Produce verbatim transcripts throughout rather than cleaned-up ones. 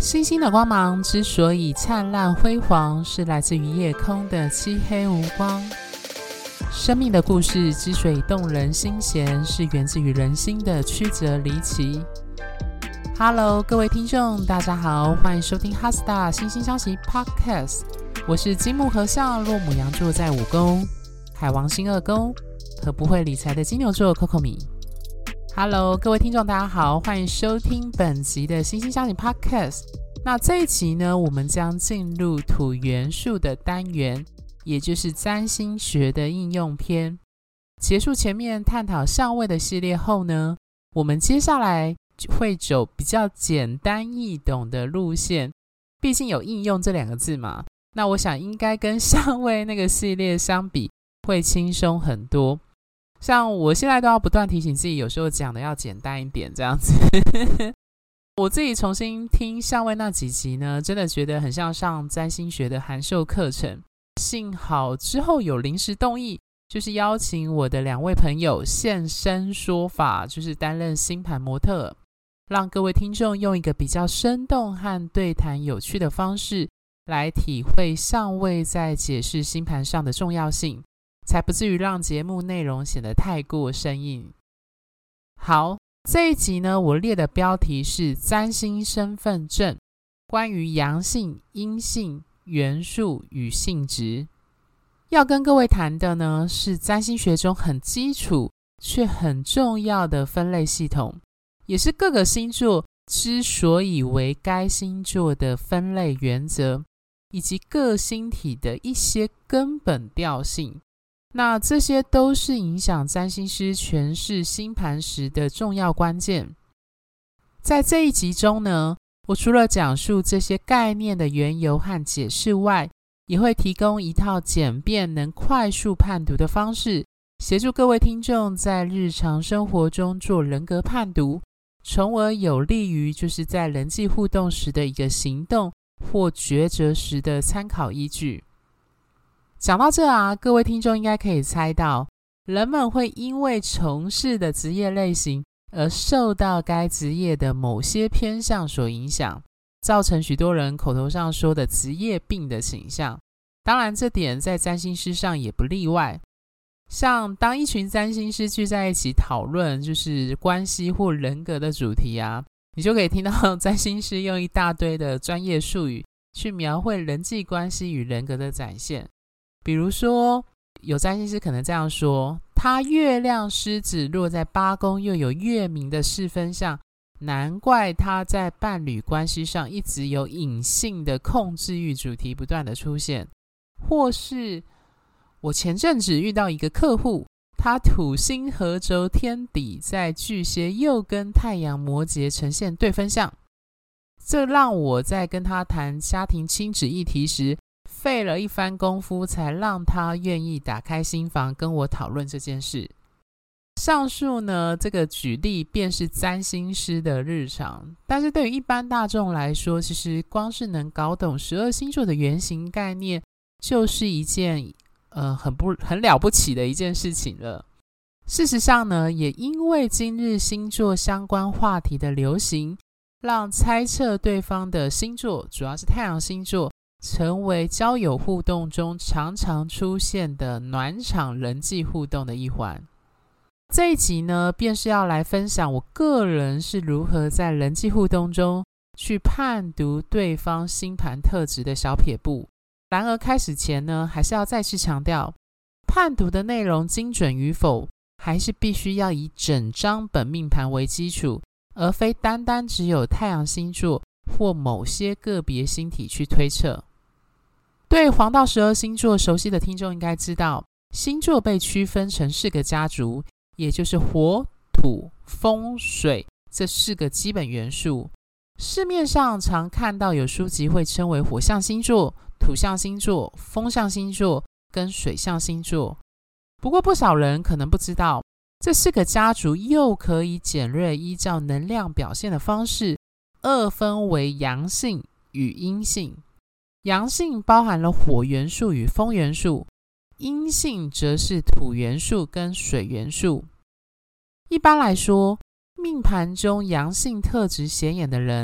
星星的光芒之所以灿烂辉煌，是来自于夜空的漆黑无光。生命的故事之所以动人心弦，是源自于人心的曲折离奇。Hello， 各位听众，大家好，欢迎收听哈斯塔星星消息 Podcast。我是金木合相，落母羊座在五宫，海王星二宫，和不会理财的金牛座 Coco 米。Hello， 各位听众，大家好，欢迎收听本集的星星消息 Podcast。那这一集呢，我们将进入土元素的单元，也就是占星学的应用篇。结束前面探讨相位的系列后呢，我们接下来会走比较简单易懂的路线，毕竟有应用这两个字嘛。那我想应该跟相位那个系列相比，会轻松很多。像我现在都要不断提醒自己，有时候讲的要简单一点这样子。我自己重新听相位那几集呢，真的觉得很像上占星学的函授课程。幸好之后有临时动议，就是邀请我的两位朋友现身说法，就是担任星盘模特，让各位听众用一个比较生动和对谈有趣的方式来体会相位在解释星盘上的重要性，才不至于让节目内容显得太过生硬。好，这一集呢，我列的标题是占星身份证，关于阳性、阴性、元素与性质。要跟各位谈的呢，是占星学中很基础却很重要的分类系统，也是各个星座之所以为该星座的分类原则，以及各星体的一些根本调性。那这些都是影响占星师诠释星盘时的重要关键。在这一集中呢，我除了讲述这些概念的缘由和解释外，也会提供一套简便能快速判读的方式，协助各位听众在日常生活中做人格判读，从而有利于就是在人际互动时的一个行动或抉择时的参考依据。讲到这啊，各位听众应该可以猜到，人们会因为从事的职业类型而受到该职业的某些偏向所影响，造成许多人口头上说的职业病的倾向。当然这点在占星师上也不例外。像当一群占星师聚在一起讨论就是关系或人格的主题啊，你就可以听到占星师用一大堆的专业术语去描绘人际关系与人格的展现。比如说有占星师可能这样说，他月亮狮子落在八宫又有月明的四分相，难怪他在伴侣关系上一直有隐性的控制欲主题不断的出现。或是我前阵子遇到一个客户，他土星合轴天底在巨蟹又跟太阳摩羯呈现对分相，这让我在跟他谈家庭亲子议题时费了一番功夫，才让他愿意打开心房跟我讨论这件事。上述呢，这个举例便是占星师的日常，但是对于一般大众来说，其实光是能搞懂十二星座的原型概念，就是一件呃很不很了不起的一件事情了。事实上呢，也因为今日星座相关话题的流行，让猜测对方的星座，主要是太阳星座，成为交友互动中常常出现的暖场人际互动的一环。这一集呢，便是要来分享我个人是如何在人际互动中去判读对方星盘特质的小撇步。然而开始前呢，还是要再次强调，判读的内容精准与否，还是必须要以整张本命盘为基础，而非单单只有太阳星座或某些个别星体去推测。对黄道十二星座熟悉的听众应该知道，星座被区分成四个家族，也就是火、土、风、水这四个基本元素。市面上常看到有书籍会称为火象星座、土象星座、风象星座跟水象星座。不过不少人可能不知道，这四个家族又可以简略依照能量表现的方式，二分为阳性与阴性。阳性包含了火元素与风元素，阴性则是土元素跟水元素。一般来说，命盘中阳性特质显眼的人，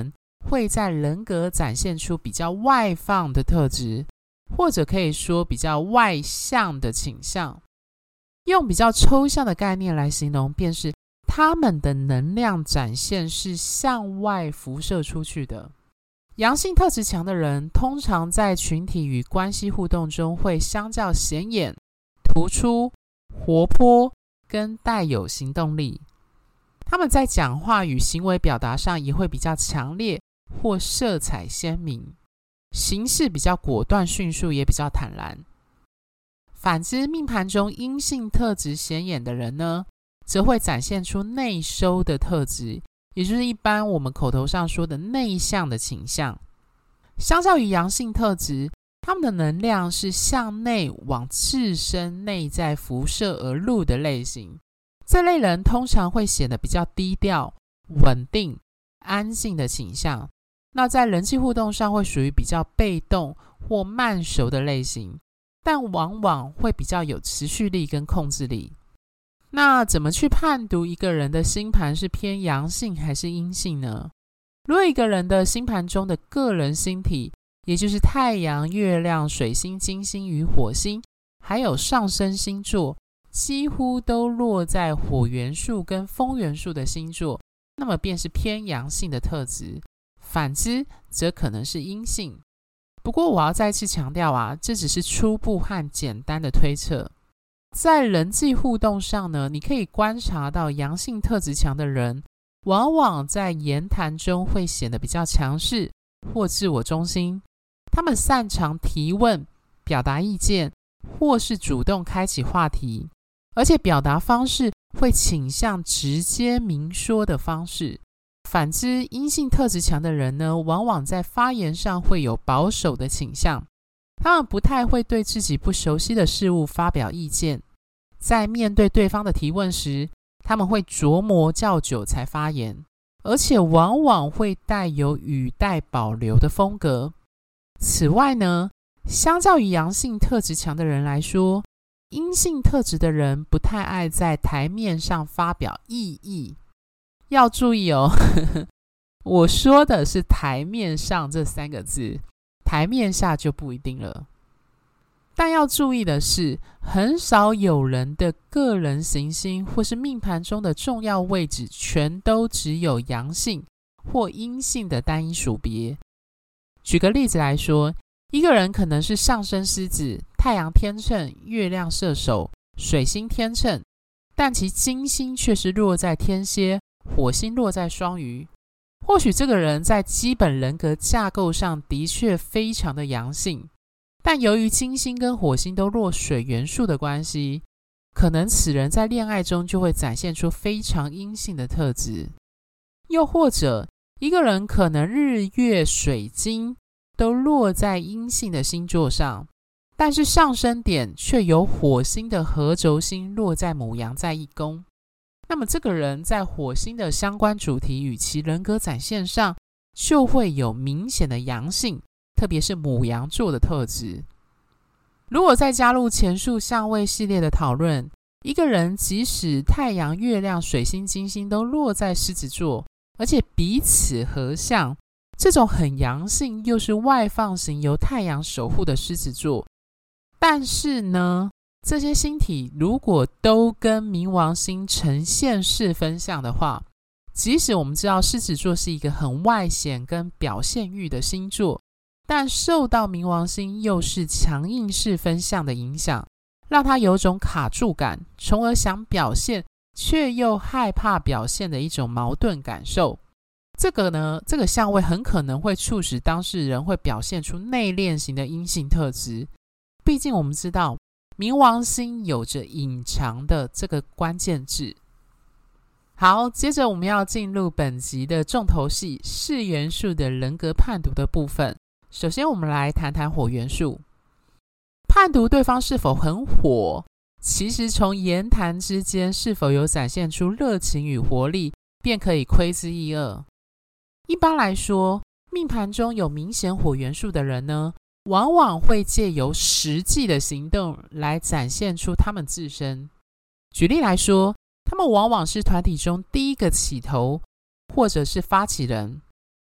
会在人格展现出比较外放的特质，或者可以说比较外向的倾向。用比较抽象的概念来形容，便是他们的能量展现是向外辐射出去的。阳性特质强的人，通常在群体与关系互动中会相较显眼、突出、活泼跟带有行动力。他们在讲话与行为表达上也会比较强烈或色彩鲜明，行事比较果断迅速，也比较坦然。反之，命盘中阴性特质显眼的人呢，则会展现出内收的特质，也就是一般我们口头上说的内向的倾向。相较于阳性特质，他们的能量是向内往自身内在辐射而入的类型。这类人通常会显得比较低调、稳定、安静的倾向。那在人际互动上会属于比较被动或慢熟的类型，但往往会比较有持续力跟控制力。那怎么去判读一个人的星盘是偏阳性还是阴性呢？如果一个人的星盘中的个人星体，也就是太阳、月亮、水星、金星与火星，还有上升星座，几乎都落在火元素跟风元素的星座，那么便是偏阳性的特质。反之，则可能是阴性。不过我要再次强调啊，这只是初步和简单的推测。在人际互动上呢，你可以观察到阳性特质强的人，往往在言谈中会显得比较强势或自我中心。他们擅长提问、表达意见，或是主动开启话题，而且表达方式会倾向直接明说的方式。反之，阴性特质强的人呢，往往在发言上会有保守的倾向，他们不太会对自己不熟悉的事物发表意见。在面对对方的提问时，他们会琢磨较久才发言，而且往往会带有语带保留的风格。此外呢，相较于阳性特质强的人来说，阴性特质的人不太爱在台面上发表异议。要注意哦，我说的是台面上这三个字，台面下就不一定了。但要注意的是，很少有人的个人行星或是命盘中的重要位置全都只有阳性或阴性的单一属别。举个例子来说，一个人可能是上升狮子、太阳天秤、月亮射手、水星天秤，但其金星却是落在天蝎，火星落在双鱼。或许这个人在基本人格架构上的确非常的阳性，但由于金星跟火星都落水元素的关系，可能此人在恋爱中就会展现出非常阴性的特质。又或者一个人可能日月水金都落在阴性的星座上，但是上升点却有火星的合轴星落在牡羊在一宫，那么这个人在火星的相关主题与其人格展现上就会有明显的阳性，特别是牡羊座的特质。如果再加入前述相位系列的讨论，一个人即使太阳、月亮、水星、金星都落在狮子座，而且彼此合相，这种很阳性又是外放型由太阳守护的狮子座，但是呢，这些星体如果都跟冥王星呈现四分相的话，即使我们知道狮子座是一个很外显跟表现欲的星座，但受到冥王星又是强硬四分相的影响，让他有种卡住感，从而想表现却又害怕表现的一种矛盾感受。这个呢，这个相位很可能会促使当事人会表现出内敛型的阴性特质。毕竟我们知道冥王星有着隐藏的这个关键字。好，接着我们要进入本集的重头戏，四元素的人格判读的部分。首先我们来谈谈火元素。判读对方是否很火，其实从言谈之间是否有展现出热情与活力，便可以窥之一二。一般来说，命盘中有明显火元素的人呢，往往会借由实际的行动来展现出他们自身。举例来说，他们往往是团体中第一个起头或者是发起人。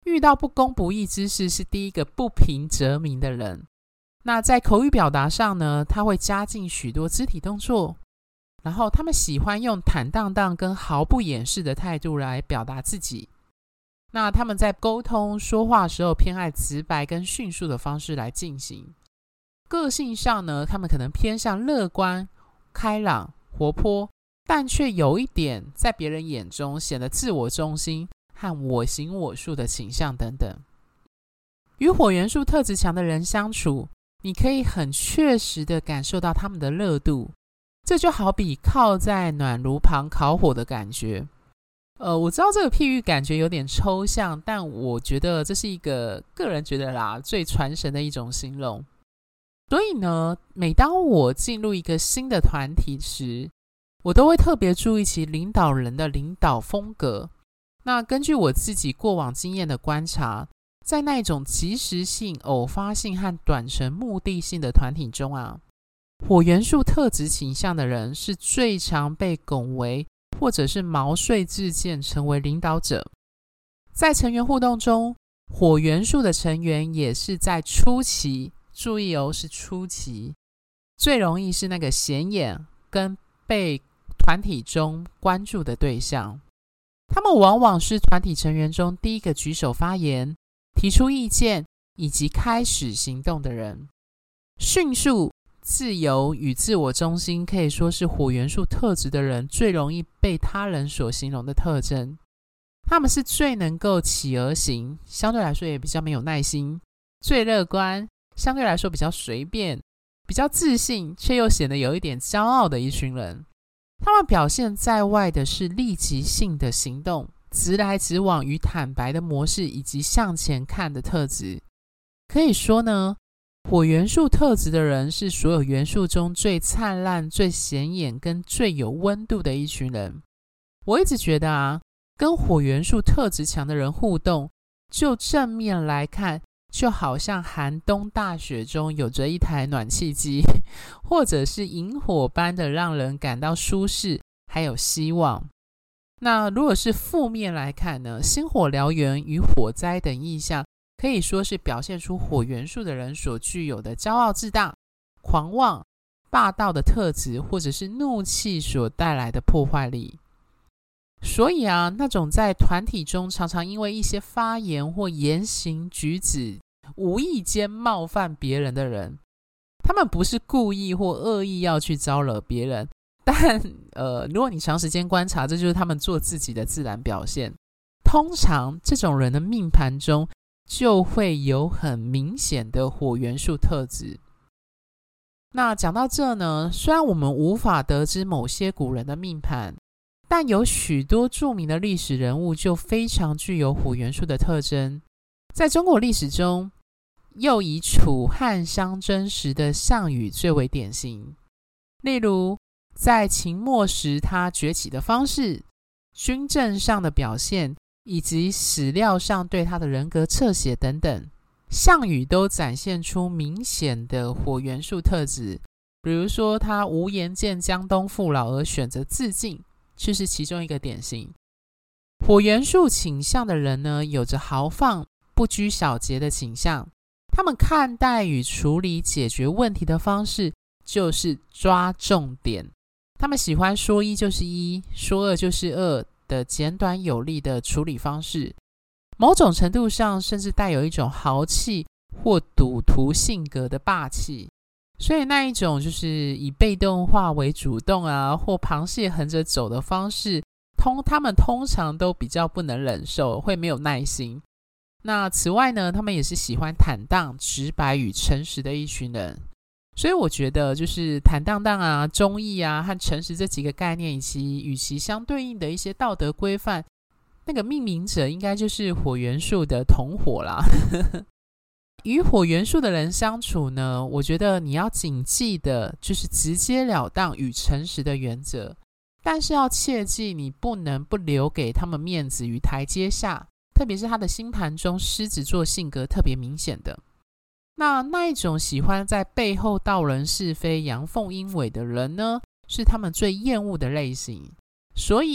遇到不公不义之事是第一个不平则鸣的人。那在口语表达上呢，他会加进许多肢体动作，然后他们喜欢用坦荡荡跟毫不掩饰的态度来表达自己。那他们在沟通说话的时候偏爱直白跟迅速的方式来进行。个性上呢，他们可能偏向乐观、开朗、活泼，但却有一点在别人眼中显得自我中心和我行我素的倾向等等。与火元素特质强的人相处，你可以很确实的感受到他们的热度，这就好比靠在暖炉旁烤火的感觉。呃，我知道这个譬喻感觉有点抽象，但我觉得这是一个个人觉得啦最传神的一种形容。所以呢，每当我进入一个新的团体时，我都会特别注意其领导人的领导风格。那根据我自己过往经验的观察，在那种即时性、偶发性和短程目的性的团体中啊，火元素特质倾向的人是最常被拱为或者是毛遂自荐成为领导者。在成员互动中，火元素的成员也是在初期，注意哦，是初期，最容易是那个显眼跟被团体中关注的对象。他们往往是团体成员中第一个举手发言、提出意见以及开始行动的人。迅速、自由与自我中心可以说是火元素特质的人最容易被他人所形容的特征。他们是最能够起而行，相对来说也比较没有耐心，最乐观，相对来说比较随便，比较自信，却又显得有一点骄傲的一群人。他们表现在外的是立即性的行动、直来直往与坦白的模式，以及向前看的特质。可以说呢，火元素特质的人是所有元素中最灿烂、最显眼跟最有温度的一群人。我一直觉得啊，跟火元素特质强的人互动，就正面来看，就好像寒冬大雪中有着一台暖气机，或者是萤火般的让人感到舒适还有希望。那如果是负面来看呢，星火燎原与火灾等意象可以说是表现出火元素的人所具有的骄傲自大、狂妄、霸道的特质，或者是怒气所带来的破坏力。所以啊，那种在团体中常常因为一些发言或言行举止无意间冒犯别人的人，他们不是故意或恶意要去招惹别人，但呃，如果你长时间观察，这就是他们做自己的自然表现。通常这种人的命盘中就会有很明显的火元素特质。那讲到这呢，虽然我们无法得知某些古人的命盘，但有许多著名的历史人物就非常具有火元素的特征。在中国历史中，又以楚汉相争时的项羽最为典型。例如，在秦末时他崛起的方式、军政上的表现，以及史料上对他的人格侧写等等，项羽都展现出明显的火元素特质。比如说，他无颜见江东父老而选择自尽，就是其中一个典型。火元素倾向的人呢，有着豪放、不拘小节的倾向。他们看待与处理解决问题的方式就是抓重点。他们喜欢说一就是一，说二就是二的简短有力的处理方式。某种程度上，甚至带有一种豪气或赌徒性格的霸气。所以那一种就是以被动化为主动啊，或螃蟹横着走的方式，通他们通常都比较不能忍受，会没有耐心。那此外呢，他们也是喜欢坦荡、直白与诚实的一群人。所以我觉得就是坦荡荡啊、忠义啊和诚实这几个概念，以及与其相对应的一些道德规范，那个命名者应该就是火元素的同火啦。与火元素的人相处呢，我觉得你要谨记的就是直截了当与诚实的原则，但是要切记你不能不留给他们面子与台阶下，特别是他的星盘中狮子座性格特别明显的。那那一种喜欢在背后道人是非、阳奉阴违的人呢，是他们最厌恶的类型。所以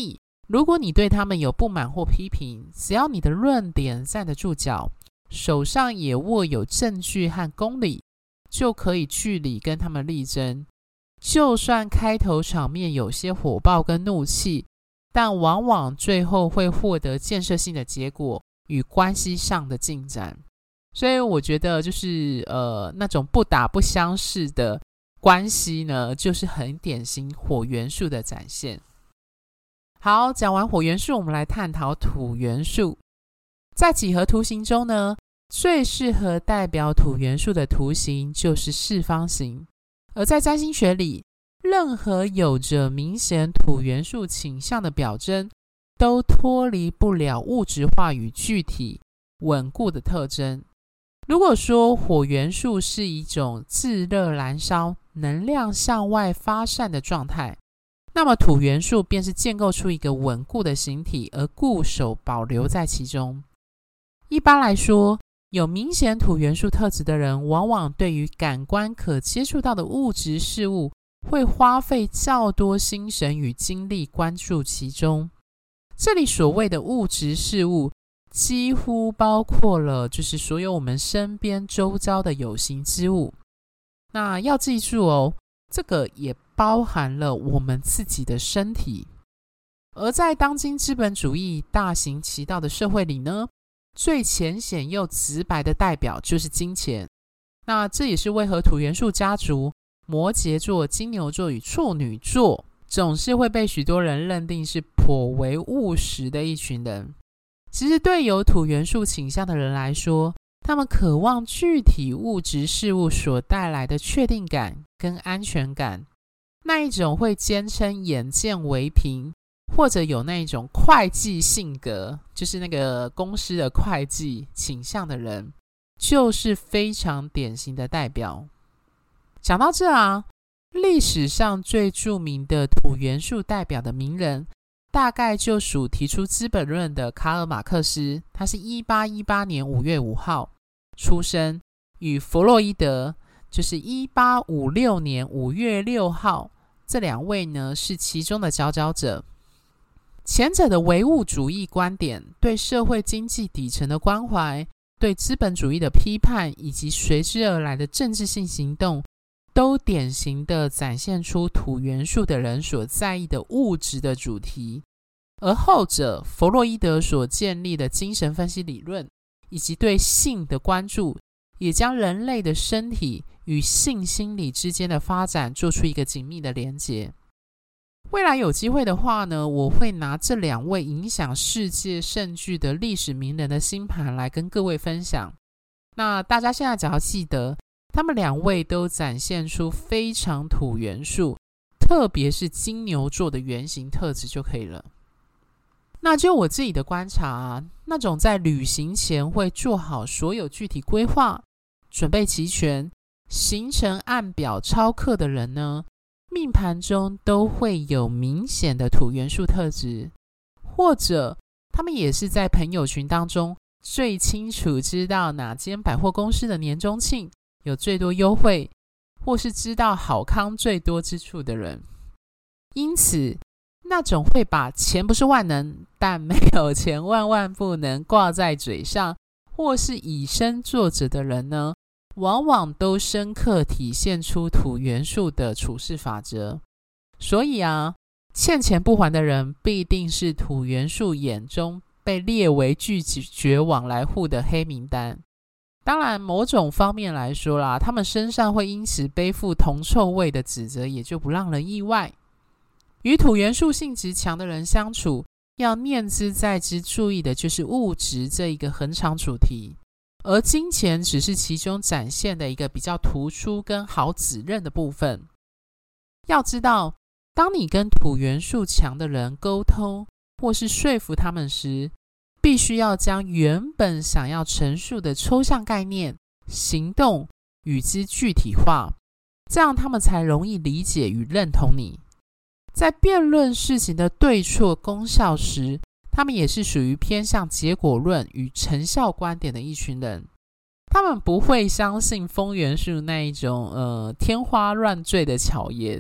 如果你对他们有不满或批评，只要你的论点站得住脚，手上也握有证据和公理，就可以据理跟他们力争。就算开头场面有些火爆跟怒气，但往往最后会获得建设性的结果与关系上的进展。所以我觉得就是呃那种不打不相识的关系呢，就是很典型火元素的展现。好，讲完火元素，我们来探讨土元素。在几何图形中呢，最适合代表土元素的图形就是四方形。而在占星学里，任何有着明显土元素倾向的表征，都脱离不了物质化与具体、稳固的特征。如果说火元素是一种炙热燃烧、能量向外发散的状态，那么土元素便是建构出一个稳固的形体，而固守保留在其中。一般来说，有明显土元素特质的人，往往对于感官可接触到的物质事物，会花费较多心神与精力关注其中。这里所谓的物质事物，几乎包括了就是所有我们身边周遭的有形之物。那要记住哦，这个也包含了我们自己的身体。而在当今资本主义大行其道的社会里呢，最浅显又直白的代表就是金钱。那这也是为何土元素家族摩羯座、金牛座与处女座总是会被许多人认定是颇为务实的一群人。其实对有土元素倾向的人来说，他们渴望具体物质事物所带来的确定感跟安全感，那一种会坚称眼见为凭，或者有那一种会计性格，就是那个公司的会计倾向的人，就是非常典型的代表。讲到这啊，历史上最著名的土元素代表的名人，大概就属提出资本论的卡尔马克思。他是一八一八年五月五号出生，与弗洛伊德就是一八五六年五月六号，这两位呢是其中的佼佼者。前者的唯物主义观点，对社会经济底层的关怀，对资本主义的批判，以及随之而来的政治性行动，都典型的展现出土元素的人所在意的物质的主题。而后者弗洛伊德所建立的精神分析理论，以及对性的关注，也将人类的身体与性心理之间的发展做出一个紧密的连结。未来有机会的话呢，我会拿这两位影响世界甚巨的历史名人的星盘来跟各位分享。那大家现在只要记得，他们两位都展现出非常土元素，特别是金牛座的原型特质就可以了。那就我自己的观察啊，那种在旅行前会做好所有具体规划，准备齐全，行程按表超课的人呢，命盘中都会有明显的土元素特质，或者他们也是在朋友群当中最清楚知道哪间百货公司的年中庆有最多优惠，或是知道好康最多之处的人。因此那种会把钱不是万能，但没有钱万万不能挂在嘴上，或是以身作则的人呢，往往都深刻体现出土元素的处事法则。所以啊，欠钱不还的人必定是土元素眼中被列为拒绝往来户的黑名单。当然某种方面来说啦，他们身上会因此背负铜臭味的指责，也就不让人意外。与土元素性质强的人相处，要念之在之注意的就是物质这一个横长主题，而金钱只是其中展现的一个比较突出跟好指认的部分。要知道，当你跟土元素强的人沟通或是说服他们时，必须要将原本想要陈述的抽象概念、行动与之具体化，这样他们才容易理解与认同你。在辩论事情的对错功效时，他们也是属于偏向结果论与成效观点的一群人。他们不会相信风元素那一种呃天花乱坠的巧言，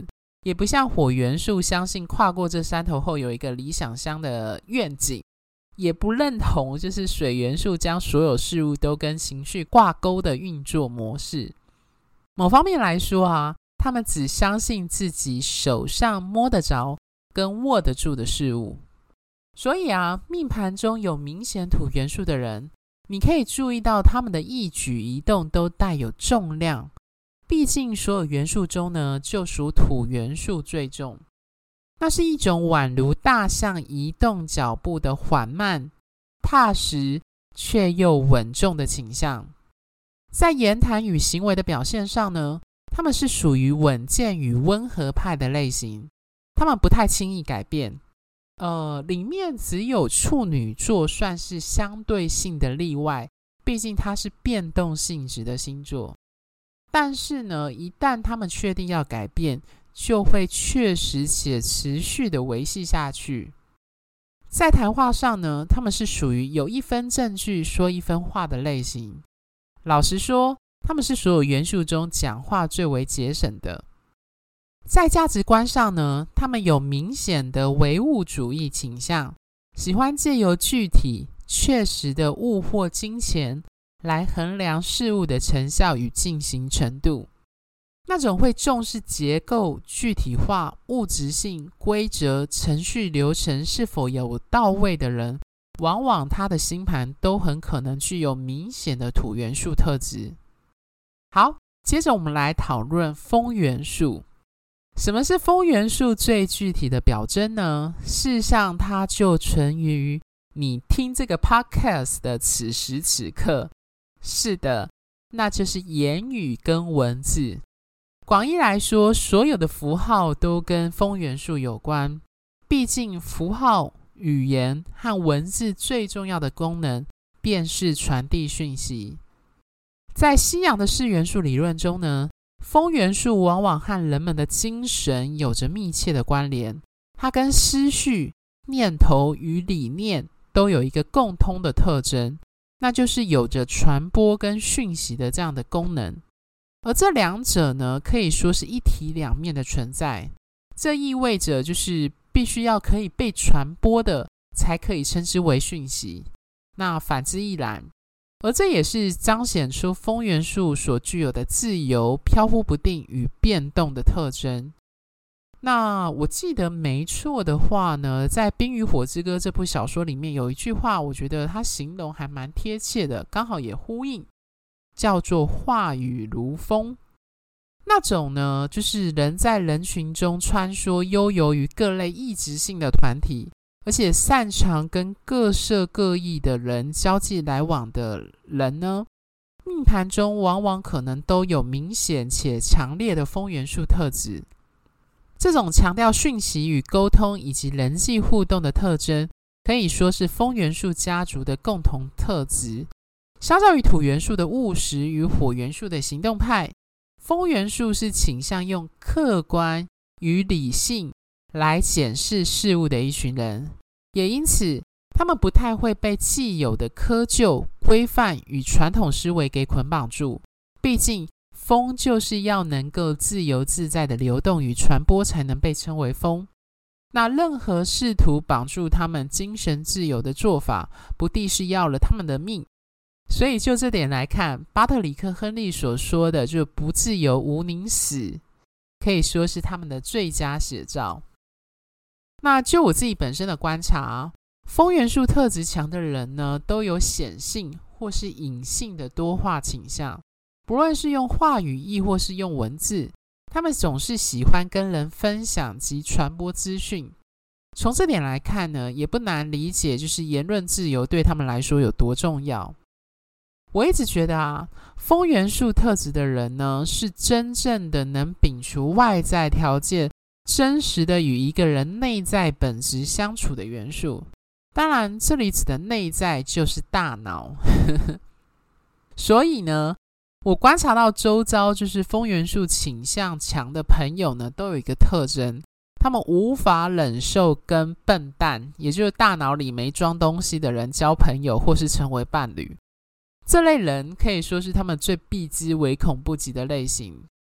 也不像火元素相信跨过这山头后有一个理想乡的愿景，也不认同就是水元素将所有事物都跟情绪挂钩的运作模式。某方面来说啊，他们只相信自己手上摸得着跟握得住的事物。所以啊，命盘中有明显土元素的人，你可以注意到他们的一举一动都带有重量，毕竟所有元素中呢，就属土元素最重。那是一种宛如大象移动脚步的缓慢、踏实却又稳重的倾向。在言谈与行为的表现上呢，他们是属于稳健与温和派的类型，他们不太轻易改变。呃，里面只有处女座算是相对性的例外，毕竟它是变动性质的星座。但是呢，一旦他们确定要改变，就会确实且持续的维系下去。在谈话上呢，他们是属于有一分证据说一分话的类型。老实说，他们是所有元素中讲话最为节省的。在价值观上呢，他们有明显的唯物主义倾向，喜欢借由具体、确实的物或金钱来衡量事物的成效与进行程度。那种会重视结构、具体化、物质性、规则、程序流程是否有到位的人，往往他的星盘都很可能具有明显的土元素特质。好，接着我们来讨论风元素。什么是风元素最具体的表征呢？事实上，它就存于你听这个 podcast 的此时此刻。是的，那就是言语跟文字。广义来说，所有的符号都跟风元素有关。毕竟符号、语言和文字最重要的功能便是传递讯息。在西洋的四元素理论中呢，风元素往往和人们的精神有着密切的关联，它跟思绪、念头与理念都有一个共通的特征，那就是有着传播跟讯息的这样的功能。而这两者呢，可以说是一体两面的存在。这意味着就是必须要可以被传播的，才可以称之为讯息。那反之亦然。而这也是彰显出风元素所具有的自由、飘忽不定与变动的特征。那我记得没错的话呢，在《冰与火之歌》这部小说里面有一句话，我觉得它形容还蛮贴切的，刚好也呼应，叫做话语如风。那种呢，就是人在人群中穿梭，悠游于各类异质性的团体，而且擅长跟各色各异的人交际来往的人呢，命盘中往往可能都有明显且强烈的风元素特质。这种强调讯息与沟通以及人际互动的特征，可以说是风元素家族的共同特质。相较于土元素的务实与火元素的行动派，风元素是倾向用客观与理性来检视事物的一群人，也因此他们不太会被既有的窠臼、规范与传统思维给捆绑住。毕竟风就是要能够自由自在的流动与传播，才能被称为风。那任何试图绑住他们精神自由的做法，不地是要了他们的命。所以就这点来看，巴特里克·亨利所说的就不自由无宁死，可以说是他们的最佳写照。那就我自己本身的观察，风元素特质强的人呢，都有显性或是隐性的多话倾向。不论是用话语亦或是用文字，他们总是喜欢跟人分享及传播资讯。从这点来看呢，也不难理解就是言论自由对他们来说有多重要。我一直觉得啊，风元素特质的人呢，是真正的能摒除外在条件，真实的与一个人内在本质相处的元素。当然，这里指的内在就是大脑。所以呢，我观察到周遭就是风元素倾向强的朋友呢，都有一个特征，他们无法忍受跟笨蛋，也就是大脑里没装东西的人交朋友或是成为伴侣。这类人可以说是他们最避之唯恐不及的类型。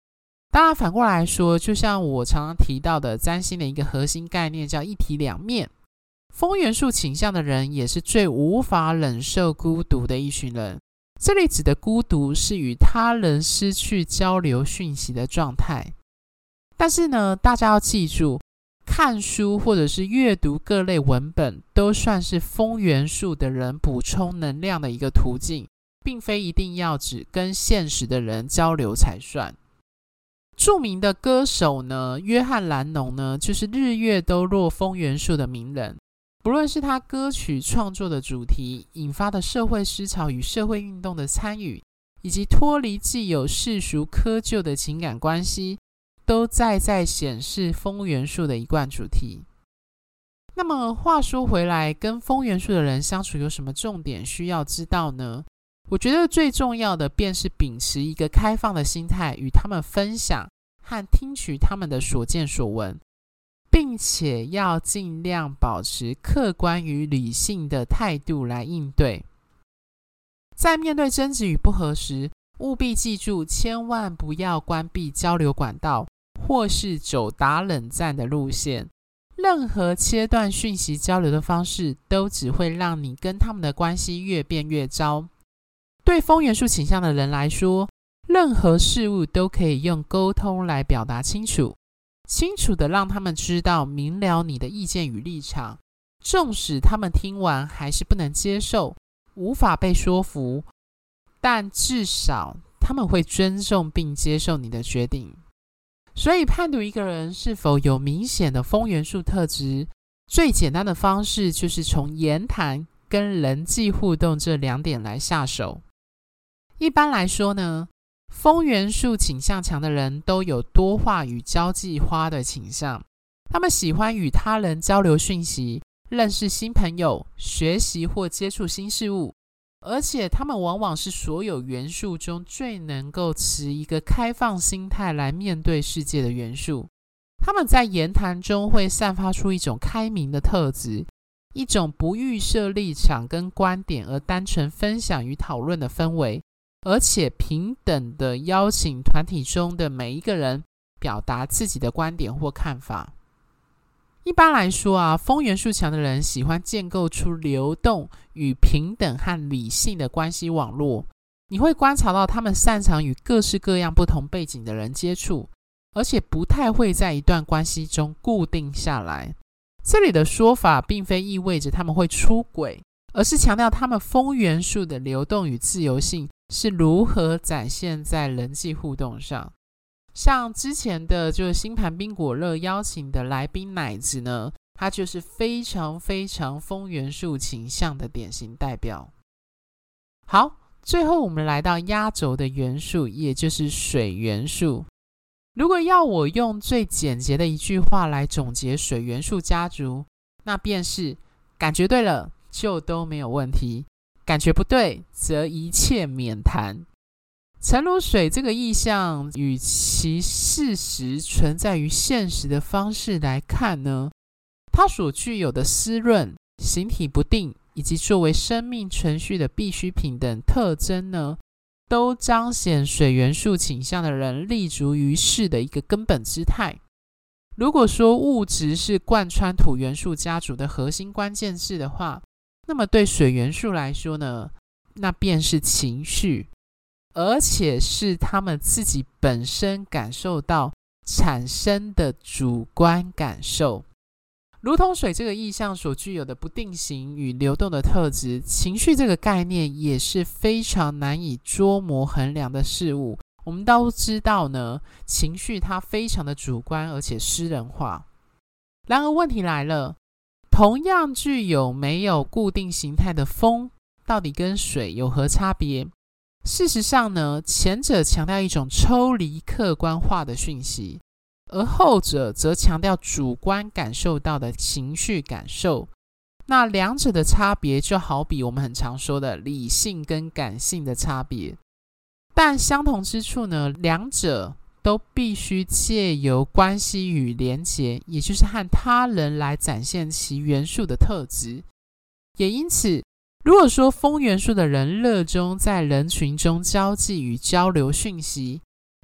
当然反过来说，就像我常常提到的占星的一个核心概念叫一体两面，风元素倾向的人也是最无法忍受孤独的一群人。这里指的孤独是与他人失去交流讯息的状态。但是呢，大家要记住，看书或者是阅读各类文本都算是风元素的人补充能量的一个途径，并非一定要只跟现实的人交流才算。著名的歌手呢，约翰·兰农呢，就是日月都落风元素的名人。不论是他歌曲创作的主题引发的社会思潮与社会运动的参与，以及脱离既有世俗窠臼的情感关系，都在在显示风元素的一贯主题。那么话说回来，跟风元素的人相处有什么重点需要知道呢？我觉得最重要的便是秉持一个开放的心态，与他们分享和听取他们的所见所闻，并且要尽量保持客观与理性的态度来应对。在面对争执与不合时，务必记住千万不要关闭交流管道，或是走打冷战的路线。任何切断讯息交流的方式，都只会让你跟他们的关系越变越糟。对风元素倾向的人来说，任何事物都可以用沟通来表达清楚，清楚的让他们知道明了你的意见与立场，纵使他们听完还是不能接受，无法被说服，但至少他们会尊重并接受你的决定。所以判读一个人是否有明显的风元素特质，最简单的方式就是从言谈跟人际互动这两点来下手。一般来说呢，风元素倾向强的人都有多话与交际花的倾向，他们喜欢与他人交流讯息，认识新朋友，学习或接触新事物，而且他们往往是所有元素中最能够持一个开放心态来面对世界的元素。他们在言谈中会散发出一种开明的特质，一种不预设立场跟观点而单纯分享与讨论的氛围，而且平等的邀请团体中的每一个人表达自己的观点或看法。一般来说啊，风元素强的人喜欢建构出流动与平等和理性的关系网络。你会观察到他们擅长与各式各样不同背景的人接触，而且不太会在一段关系中固定下来。这里的说法并非意味着他们会出轨，而是强调他们风元素的流动与自由性是如何展现在人际互动上。像之前的就是星盘冰果乐邀请的来宾奶子呢，他就是非常非常风元素倾向的典型代表。好，最后我们来到压轴的元素，也就是水元素。如果要我用最简洁的一句话来总结水元素家族，那便是感觉对了就都没有问题，感觉不对则一切免谈。诚如水这个意象与其事实存在于现实的方式来看呢，它所具有的湿润、形体不定以及作为生命存续的必需品等特征呢，都彰显水元素倾向的人立足于世的一个根本姿态。如果说物质是贯穿土元素家族的核心关键字的话，那么对水元素来说呢，那便是情绪，而且是他们自己本身感受到产生的主观感受。如同水这个意象所具有的不定型与流动的特质，情绪这个概念也是非常难以捉摸衡量的事物。我们都知道呢，情绪它非常的主观而且私人化。然而问题来了，同样具有没有固定形态的风，到底跟水有何差别？事实上呢，前者强调一种抽离客观化的讯息，而后者则强调主观感受到的情绪感受。那两者的差别就好比我们很常说的理性跟感性的差别，但相同之处呢，两者都必须借由关系与连结，也就是和他人来展现其元素的特质。也因此，如果说风元素的人热衷在人群中交际与交流讯息，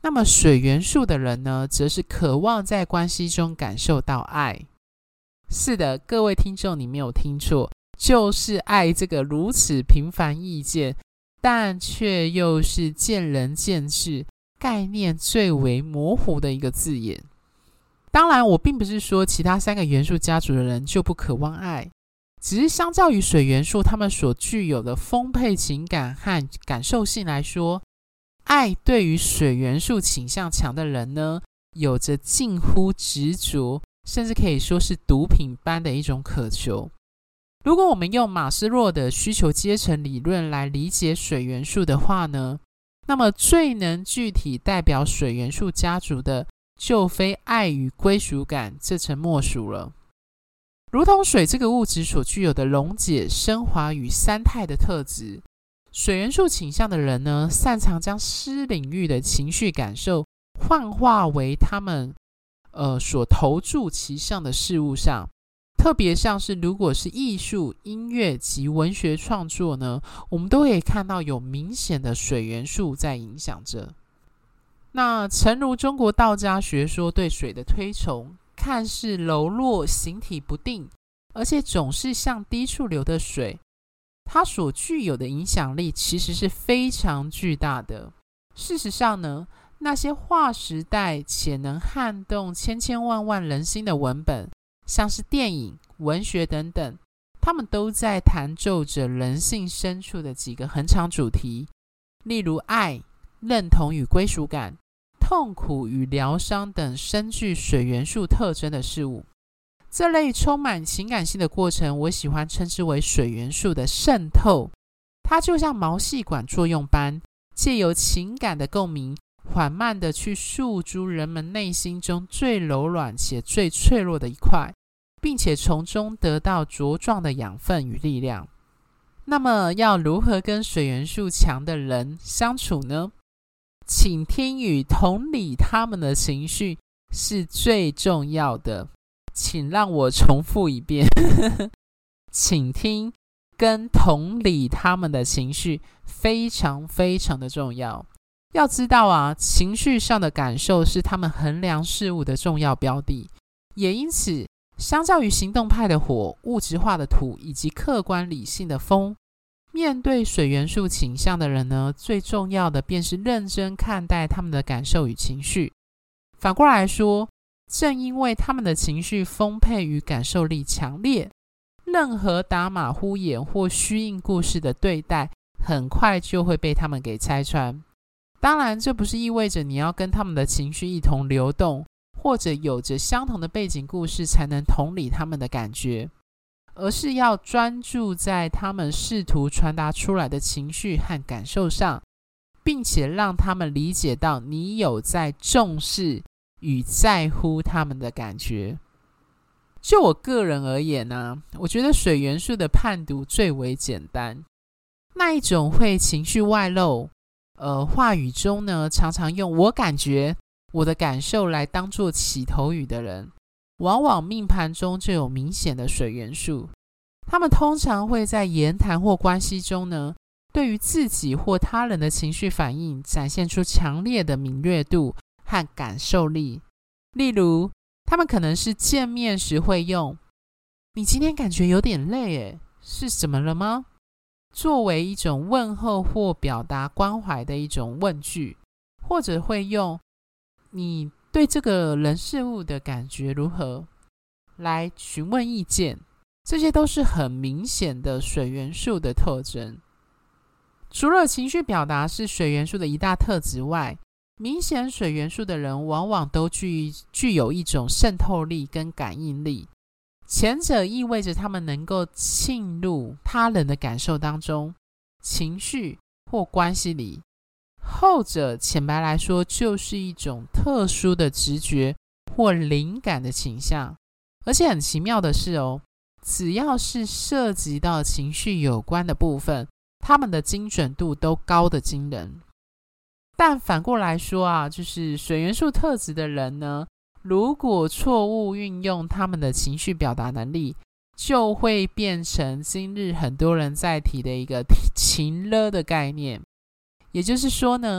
那么水元素的人呢，则是渴望在关系中感受到爱。是的，各位听众，你没有听错，就是爱这个如此平凡易见，但却又是见仁见智、概念最为模糊的一个字眼。当然，我并不是说其他三个元素家族的人就不渴望爱，只是相较于水元素他们所具有的丰沛情感和感受性来说，爱对于水元素倾向强的人呢，有着近乎执着，甚至可以说是毒品般的一种渴求。如果我们用马斯洛的需求阶层理论来理解水元素的话呢，那么最能具体代表水元素家族的，就非爱与归属感这层莫属了。如同水这个物质所具有的溶解、升华与三态的特质，水元素倾向的人呢，擅长将私领域的情绪感受幻化为他们呃所投注其上的事物上。特别像是如果是艺术、音乐及文学创作呢，我们都可以看到有明显的水元素在影响着。那诚如中国道家学说对水的推崇，看似柔弱、形体不定，而且总是向低处流的水，它所具有的影响力其实是非常巨大的。事实上呢，那些划时代且能撼动千千万万人心的文本，像是电影、文学等等，他们都在弹奏着人性深处的几个恒常主题，例如爱、认同与归属感、痛苦与疗伤等深具水元素特征的事物。这类充满情感性的过程，我喜欢称之为水元素的渗透。它就像毛细管作用般，借由情感的共鸣，缓慢地去诉诸人们内心中最柔软且最脆弱的一块，并且从中得到茁壮的养分与力量。那么要如何跟水元素强的人相处呢？倾听与同理他们的情绪是最重要的。请让我重复一遍倾听跟同理他们的情绪非常非常的重要。要知道啊，情绪上的感受是他们衡量事物的重要标的，也因此相较于行动派的火、物质化的土以及客观理性的风，面对水元素倾向的人呢，最重要的便是认真看待他们的感受与情绪。反过来说，正因为他们的情绪丰沛与感受力强烈，任何打马虎眼或虚应故事的对待，很快就会被他们给拆穿。当然，这不是意味着你要跟他们的情绪一同流动，或者有着相同的背景故事才能同理他们的感觉，而是要专注在他们试图传达出来的情绪和感受上，并且让他们理解到你有在重视与在乎他们的感觉。就我个人而言呢、啊，我觉得水元素的判读最为简单。那一种会情绪外露，呃，话语中呢常常用我感觉、我的感受来当作起头语的人，往往命盘中就有明显的水元素。他们通常会在言谈或关系中呢，对于自己或他人的情绪反应展现出强烈的敏锐度和感受力。例如，他们可能是见面时会用你今天感觉有点累耶，是怎么了吗？作为一种问候或表达关怀的一种问句，或者会用你对这个人事物的感觉如何来询问意见。这些都是很明显的水元素的特征。除了情绪表达是水元素的一大特质外，明显水元素的人往往都 具, 具有一种渗透力跟感应力。前者意味着他们能够浸入他人的感受当中、情绪或关系里，后者浅白来说就是一种特殊的直觉或灵感的倾向。而且很奇妙的是哦，只要是涉及到情绪有关的部分，他们的精准度都高得惊人。但反过来说啊，就是水元素特质的人呢，如果错误运用他们的情绪表达能力，就会变成今日很多人在提的一个情勒的概念。也就是说呢，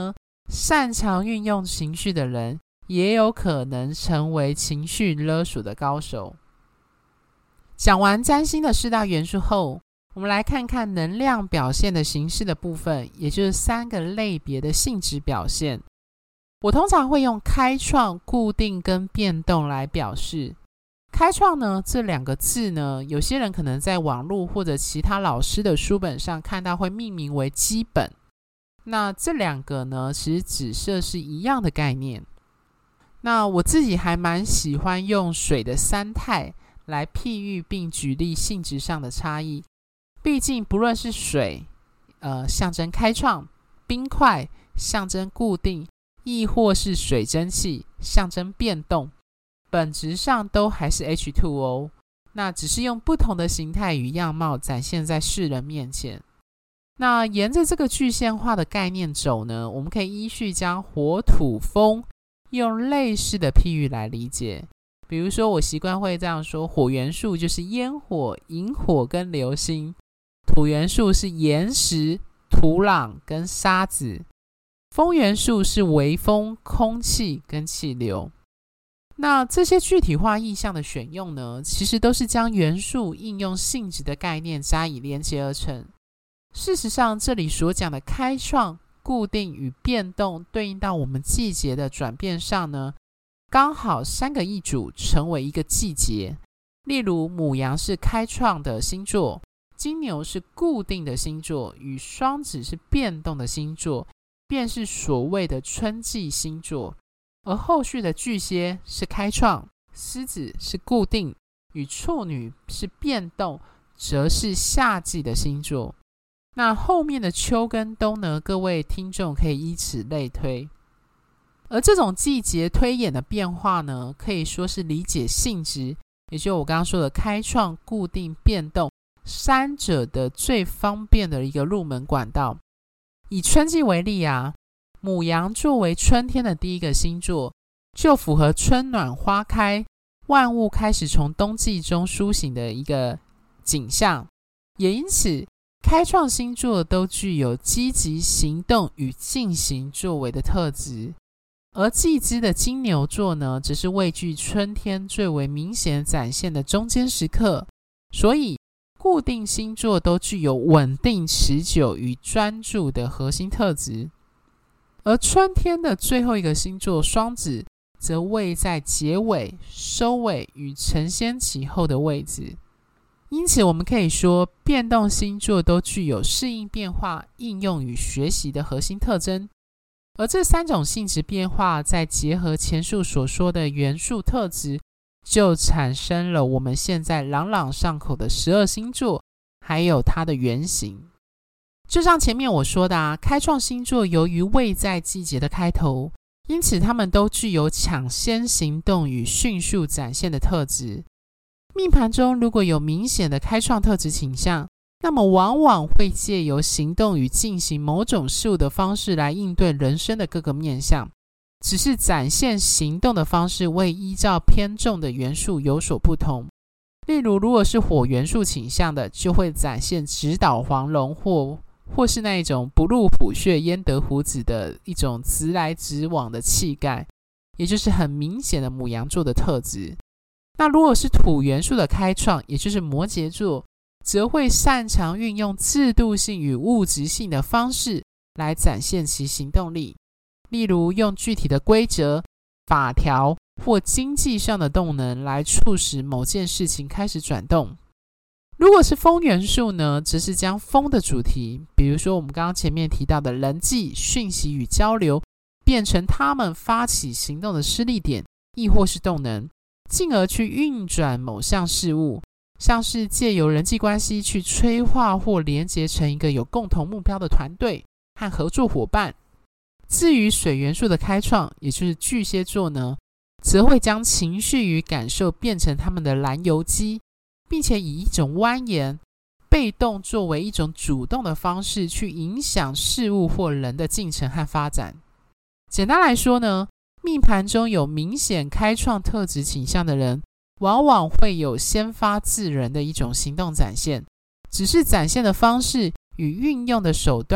擅长运用情绪的人也有可能成为情绪勒索的高手。讲完占星的四大元素后，我们来看看能量表现的形式的部分，也就是三个类别的性质表现。我通常会用开创、固定跟变动来表示。开创呢，这两个字呢，有些人可能在网络或者其他老师的书本上看到会命名为基本。那这两个呢，其实指涉是一样的概念。那我自己还蛮喜欢用水的三态来譬喻并举例性质上的差异。毕竟不论是水，呃，象征开创；冰块象征固定，亦或是水蒸气象征变动，本质上都还是 H 二 O， 那只是用不同的形态与样貌展现在世人面前。那沿着这个具象化的概念走呢，我们可以依序将火、土、风用类似的譬喻来理解。比如说我习惯会这样说，火元素就是烟火、萤火跟流星，土元素是岩石、土壤跟沙子，风元素是微风、空气跟气流。那这些具体化意象的选用呢，其实都是将元素应用性质的概念加以连结而成。事实上，这里所讲的开创、固定与变动对应到我们季节的转变上呢，刚好三个一组成为一个季节。例如牡羊是开创的星座，金牛是固定的星座，与双子是变动的星座，便是所谓的春季星座。而后续的巨蟹是开创，狮子是固定，与处女是变动，则是夏季的星座。那后面的秋跟冬呢，各位听众可以依此类推。而这种季节推演的变化呢，可以说是理解性质，也就是我刚刚说的开创、固定、变动三者的最方便的一个入门管道。以春季为例啊，牡羊作为春天的第一个星座，就符合春暖花开，万物开始从冬季中苏醒的一个景象。也因此，开创星座都具有积极行动与进行作为的特质。而既知的金牛座呢，只是位居春天最为明显展现的中间时刻，所以固定星座都具有稳定、持久与专注的核心特质。而春天的最后一个星座双子，则位在结尾、收尾与承先启后的位置。因此我们可以说，变动星座都具有适应变化、应用与学习的核心特征。而这三种性质变化，再结合前述所说的元素特质，就产生了我们现在朗朗上口的十二星座，还有它的原型。就像前面我说的啊，开创星座由于位在季节的开头，因此它们都具有抢先行动与迅速展现的特质。命盘中如果有明显的开创特质倾向，那么往往会借由行动与进行某种事物的方式来应对人生的各个面向，只是展现行动的方式为依照偏重的元素有所不同。例如，如果是火元素倾向的，就会展现直捣黄龙，或或是那一种不入虎穴焉得虎子的一种直来直往的气概，也就是很明显的牡羊座的特质。那如果是土元素的开创，也就是摩羯座，则会擅长运用制度性与物质性的方式来展现其行动力，例如用具体的规则、法条或经济上的动能来促使某件事情开始转动。如果是风元素呢，则是将风的主题，比如说我们刚刚前面提到的人际、讯息与交流，变成他们发起行动的施力点，亦或是动能，进而去运转某项事物，像是借由人际关系去催化或连结成一个有共同目标的团队和合作伙伴。至于水元素的开创，也就是巨蟹座呢，则会将情绪与感受变成他们的燃油机，并且以一种蜿蜒、被动作为一种主动的方式去影响事物或人的进程和发展。简单来说呢，命盘中有明显开创特质倾向的人，往往会有先发制人的一种行动展现，只是展现的方式与运用的手段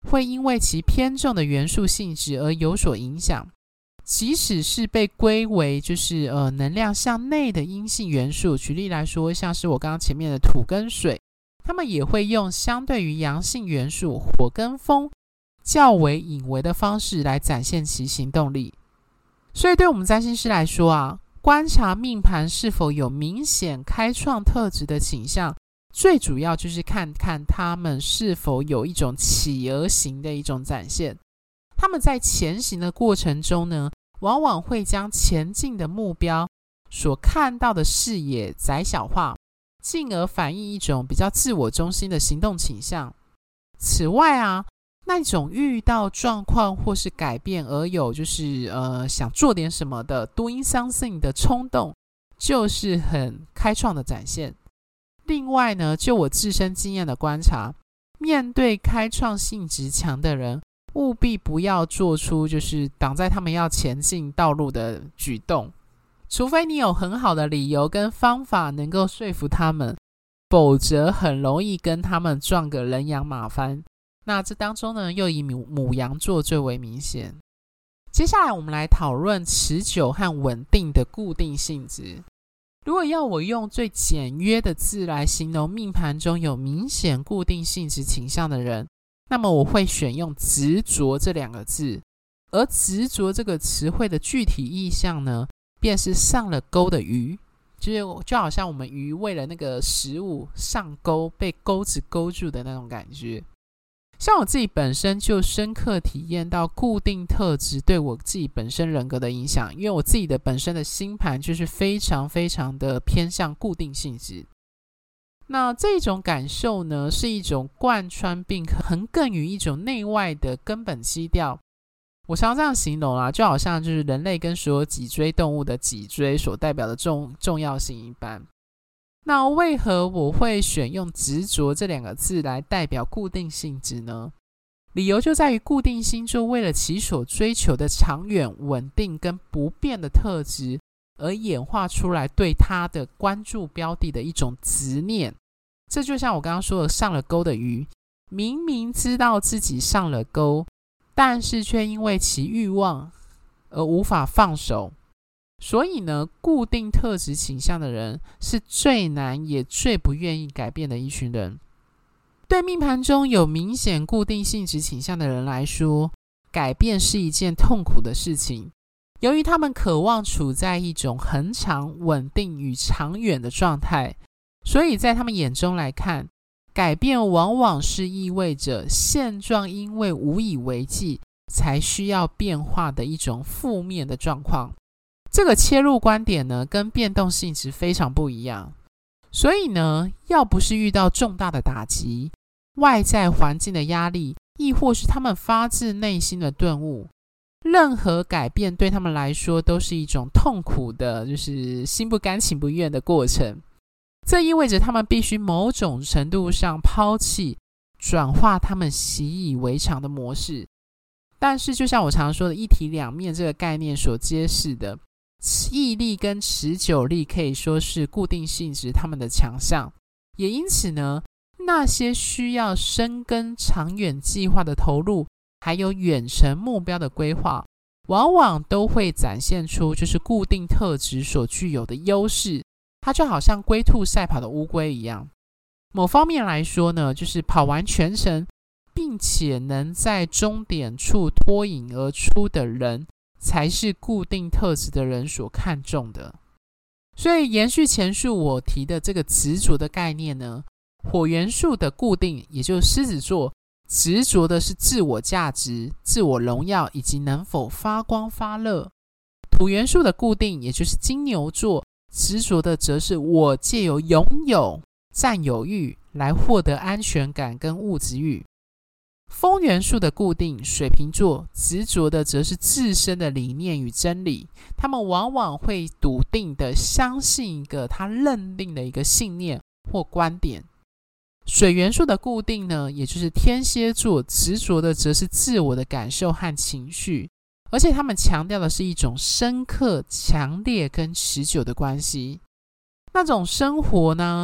会因为其偏重的元素性质而有所影响。即使是被归为就是呃能量向内的阴性元素，举例来说，像是我刚刚前面的土跟水，他们也会用相对于阳性元素火跟风较为隐微的方式来展现其行动力。所以对我们占星师来说啊，观察命盘是否有明显开创特质的倾向，最主要就是看看他们是否有一种企鹅型的一种展现。他们在前行的过程中呢，往往会将前进的目标所看到的视野窄小化，进而反映一种比较自我中心的行动倾向。此外啊，那种遇到状况或是改变而有就是呃想做点什么的 doing something 的冲动，就是很开创的展现。另外呢，就我自身经验的观察，面对开创性质强的人，务必不要做出就是挡在他们要前进道路的举动，除非你有很好的理由跟方法能够说服他们，否则很容易跟他们撞个人仰马翻。那这当中呢，又以牡羊座最为明显。接下来我们来讨论持久和稳定的固定性质。如果要我用最简约的字来形容命盘中有明显固定性质倾向的人，那么我会选用执着这两个字。而执着这个词汇的具体意象呢，便是上了钩的鱼，就是就好像我们鱼为了那个食物上钩，被钩子勾住的那种感觉。像我自己本身就深刻体验到固定特质对我自己本身人格的影响，因为我自己的本身的星盘就是非常非常的偏向固定性质。那这种感受呢，是一种贯穿并横亘于一种内外的根本基调。我常这样形容啦，就好像就是人类跟所有脊椎动物的脊椎所代表的 重, 重要性一般。那为何我会选用执着这两个字来代表固定性质呢？理由就在于固定星座为了其所追求的长远、稳定跟不变的特质，而演化出来对它的关注标的的一种执念。这就像我刚刚说的上了钩的鱼，明明知道自己上了钩，但是却因为其欲望而无法放手。所以呢，固定特质倾向的人是最难也最不愿意改变的一群人。对命盘中有明显固定性质倾向的人来说，改变是一件痛苦的事情。由于他们渴望处在一种恒常、稳定与长远的状态，所以在他们眼中来看，改变往往是意味着现状因为无以为继才需要变化的一种负面的状况。这个切入观点呢，跟变动性质非常不一样。所以呢，要不是遇到重大的打击、外在环境的压力，亦或是他们发自内心的顿悟，任何改变对他们来说都是一种痛苦的，就是心不甘情不愿的过程。这意味着他们必须某种程度上抛弃、转化他们习以为常的模式。但是就像我常说的一体两面这个概念所揭示的，毅力跟持久力可以说是固定性质他们的强项。也因此呢，那些需要深耕长远计划的投入，还有远程目标的规划，往往都会展现出就是固定特质所具有的优势。它就好像龟兔赛跑的乌龟一样。某方面来说呢，就是跑完全程并且能在终点处脱颖而出的人，才是固定特质的人所看重的。所以延续前述我提的这个执着的概念呢，火元素的固定，也就是狮子座，执着的是自我价值、自我荣耀以及能否发光发热。土元素的固定，也就是金牛座，执着的则是我借由拥有、占有欲来获得安全感跟物质欲。风元素的固定，水瓶座执着的则是自身的理念与真理，他们往往会笃定的相信一个他认定的一个信念或观点。水元素的固定呢，也就是天蝎座执着的则是自我的感受和情绪，而且他们强调的是一种深刻、强烈跟持久的关系。那种生活呢，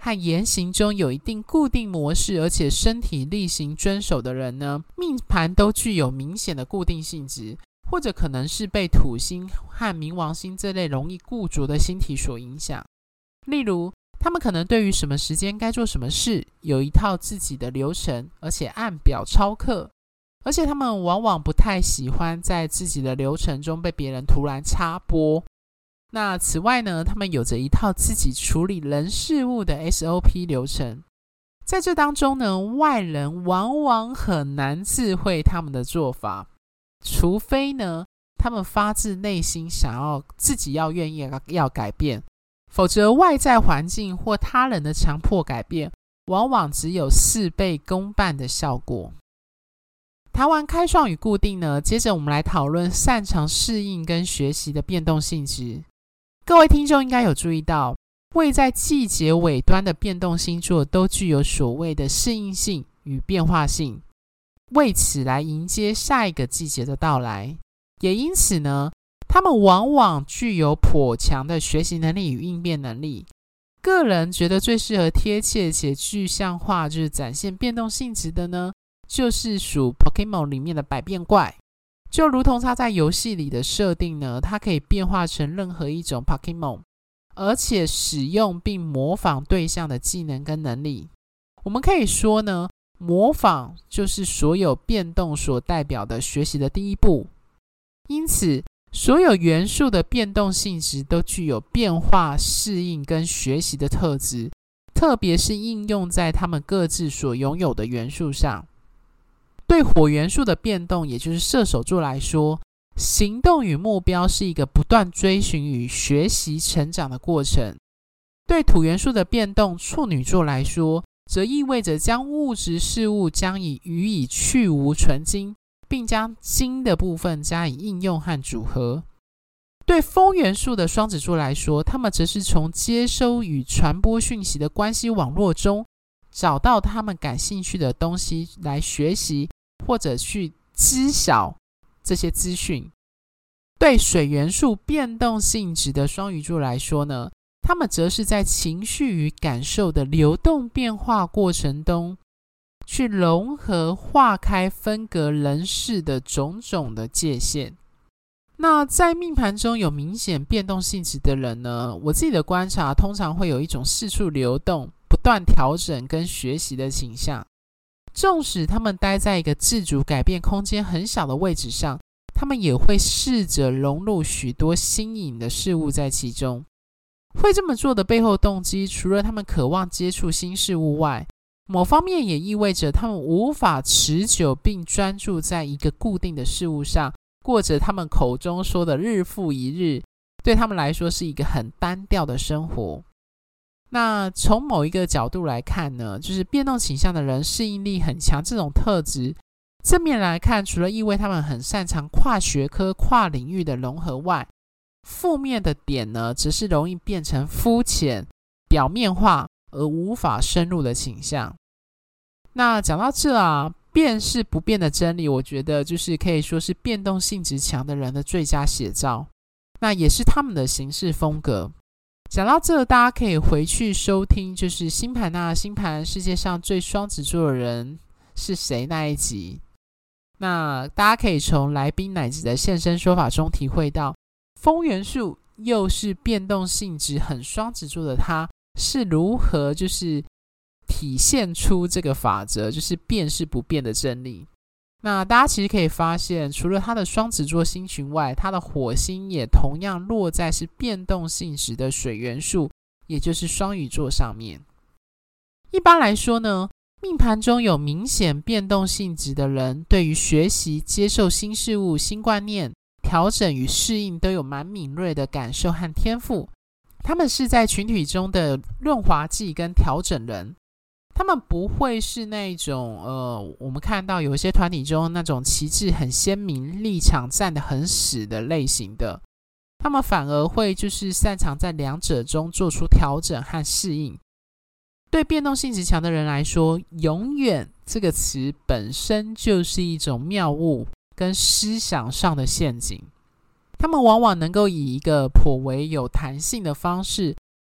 和言行中有一定固定模式，而且身体力行遵守的人呢，命盘都具有明显的固定性质，或者可能是被土星和冥王星这类容易固着的星体所影响。例如，他们可能对于什么时间该做什么事有一套自己的流程，而且按表操课，而且他们往往不太喜欢在自己的流程中被别人突然插播。那此外呢，他们有着一套自己处理人事物的 S O P 流程，在这当中呢，外人往往很难智慧他们的做法，除非呢，他们发自内心想要自己要愿意要改变，否则外在环境或他人的强迫改变，往往只有事倍功半的效果。谈完开创与固定呢，接着我们来讨论擅长适应跟学习的变动性质。各位听众应该有注意到，位在季节尾端的变动星座都具有所谓的适应性与变化性，为此来迎接下一个季节的到来。也因此呢，他们往往具有颇强的学习能力与应变能力。个人觉得最适合贴切且具象化，就是展现变动性质的呢，就是属 Pokemon 里面的百变怪。就如同它在游戏里的设定呢，它可以变化成任何一种 Pokemon， 而且使用并模仿对象的技能跟能力。我们可以说呢，模仿就是所有变动所代表的学习的第一步。因此，所有元素的变动性质都具有变化、适应跟学习的特质，特别是应用在他们各自所拥有的元素上。对火元素的变动，也就是射手座来说，行动与目标是一个不断追寻与学习成长的过程。对土元素的变动，处女座来说，则意味着将物质事物将以予以去无存精，并将精的部分加以应用和组合。对风元素的双子座来说，他们则是从接收与传播讯息的关系网络中，找到他们感兴趣的东西来学习，或者去知晓这些资讯。对水元素变动性质的双鱼座来说呢，他们则是在情绪与感受的流动变化过程中，去融合化开分隔人事的种种的界限。那在命盘中有明显变动性质的人呢，我自己的观察通常会有一种四处流动、不断调整跟学习的倾向。纵使他们待在一个自主改变空间很小的位置上，他们也会试着融入许多新颖的事物在其中。会这么做的背后动机，除了他们渴望接触新事物外，某方面也意味着他们无法持久并专注在一个固定的事物上，过着他们口中说的日复一日，对他们来说是一个很单调的生活。那从某一个角度来看呢，就是变动倾向的人适应力很强这种特质，正面来看，除了意味他们很擅长跨学科、跨领域的融合外，负面的点呢，则是容易变成肤浅、表面化而无法深入的倾向。那讲到这啊，变是不变的真理，我觉得就是可以说是变动性质强的人的最佳写照，那也是他们的行事风格。讲到这，大家可以回去收听就是星盘啊星盘世界上最双子座的人是谁那一集。那大家可以从来宾乃至的现身说法中体会到，风元素又是变动性质很双子座的他是如何就是体现出这个法则，就是变是不变的真理。那大家其实可以发现，除了他的双子座星群外，他的火星也同样落在是变动性质的水元素，也就是双鱼座上面。一般来说呢，命盘中有明显变动性质的人，对于学习、接受新事物、新观念、调整与适应都有蛮敏锐的感受和天赋。他们是在群体中的润滑剂跟调整人。他们不会是那种呃，我们看到有一些团体中那种旗帜很鲜明、立场站得很死的类型的，他们反而会就是擅长在两者中做出调整和适应。对变动性质强的人来说，永远这个词本身就是一种谬误跟思想上的陷阱。他们往往能够以一个颇为有弹性的方式，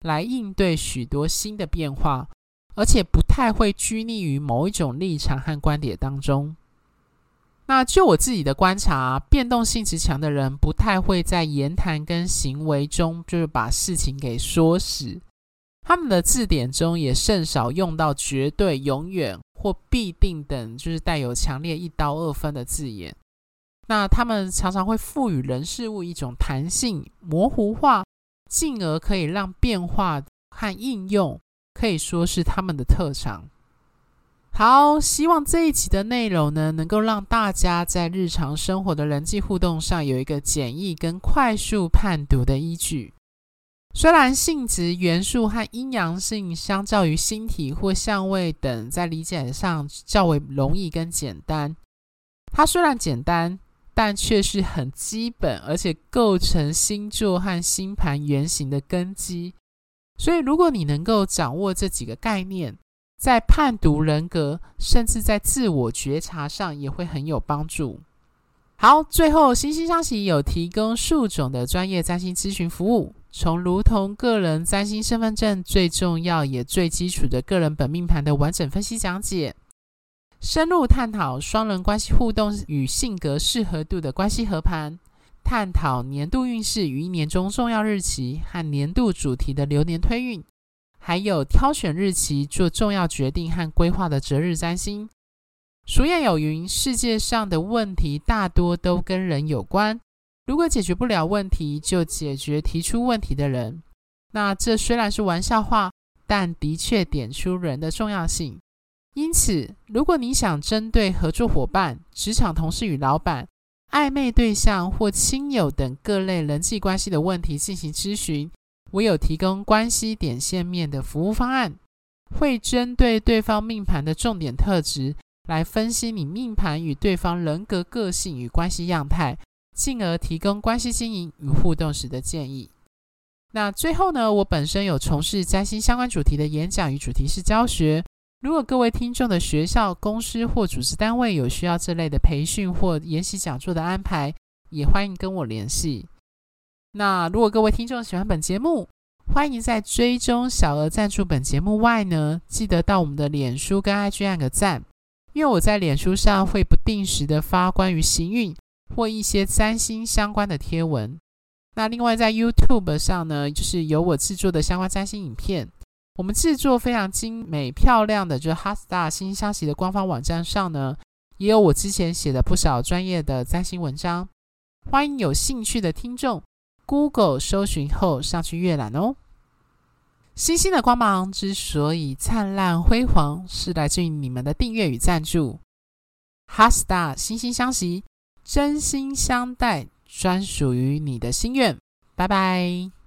来应对许多新的变化，而且不太会拘泥于某一种立场和观点当中。那就我自己的观察，变动性质强的人不太会在言谈跟行为中就是把事情给说死，他们的字典中也甚少用到绝对、永远或必定等就是带有强烈一刀二分的字眼。那他们常常会赋予人事物一种弹性、模糊化，进而可以让变化和应用可以说是他们的特长。好，希望这一集的内容呢，能够让大家在日常生活的人际互动上有一个简易跟快速判读的依据。虽然性质、元素和阴阳性相较于星体或相位等在理解上较为容易跟简单，它虽然简单，但却是很基本，而且构成星座和星盘原型的根基。所以如果你能够掌握这几个概念，在判读人格甚至在自我觉察上也会很有帮助。好，最后星星相惜有提供数种的专业占星咨询服务，从如同个人占星身份证最重要也最基础的个人本命盘的完整分析讲解，深入探讨双人关系互动与性格适合度的关系合盘，探讨年度运势与一年中重要日期和年度主题的流年推运，还有挑选日期做重要决定和规划的择日占星。俗谚有云，世界上的问题大多都跟人有关，如果解决不了问题，就解决提出问题的人。那这虽然是玩笑话，但的确点出人的重要性。因此，如果你想针对合作伙伴、职场同事与老板、暧昧对象或亲友等各类人际关系的问题进行咨询，我有提供关系点线面的服务方案，会针对对方命盘的重点特质来分析你命盘与对方人格个性与关系样态，进而提供关系经营与互动时的建议。那最后呢，我本身有从事占星相关主题的演讲与主题式教学，如果各位听众的学校、公司或组织单位有需要这类的培训或研习讲座的安排，也欢迎跟我联系。那如果各位听众喜欢本节目，欢迎在追踪小额赞助本节目外呢，记得到我们的脸书跟 I G 按个赞，因为我在脸书上会不定时的发关于行运或一些占星相关的贴文。那另外在 YouTube 上呢，就是有我制作的相关占星影片，我们制作非常精美漂亮的，就是 HeartStar 星星相惜的官方网站上呢，也有我之前写的不少专业的占星文章，欢迎有兴趣的听众 Google 搜寻后上去阅览哦。星星的光芒之所以灿烂辉煌，是来自于你们的订阅与赞助。HeartStar 星星相惜，真心相待，专属于你的心愿。拜拜。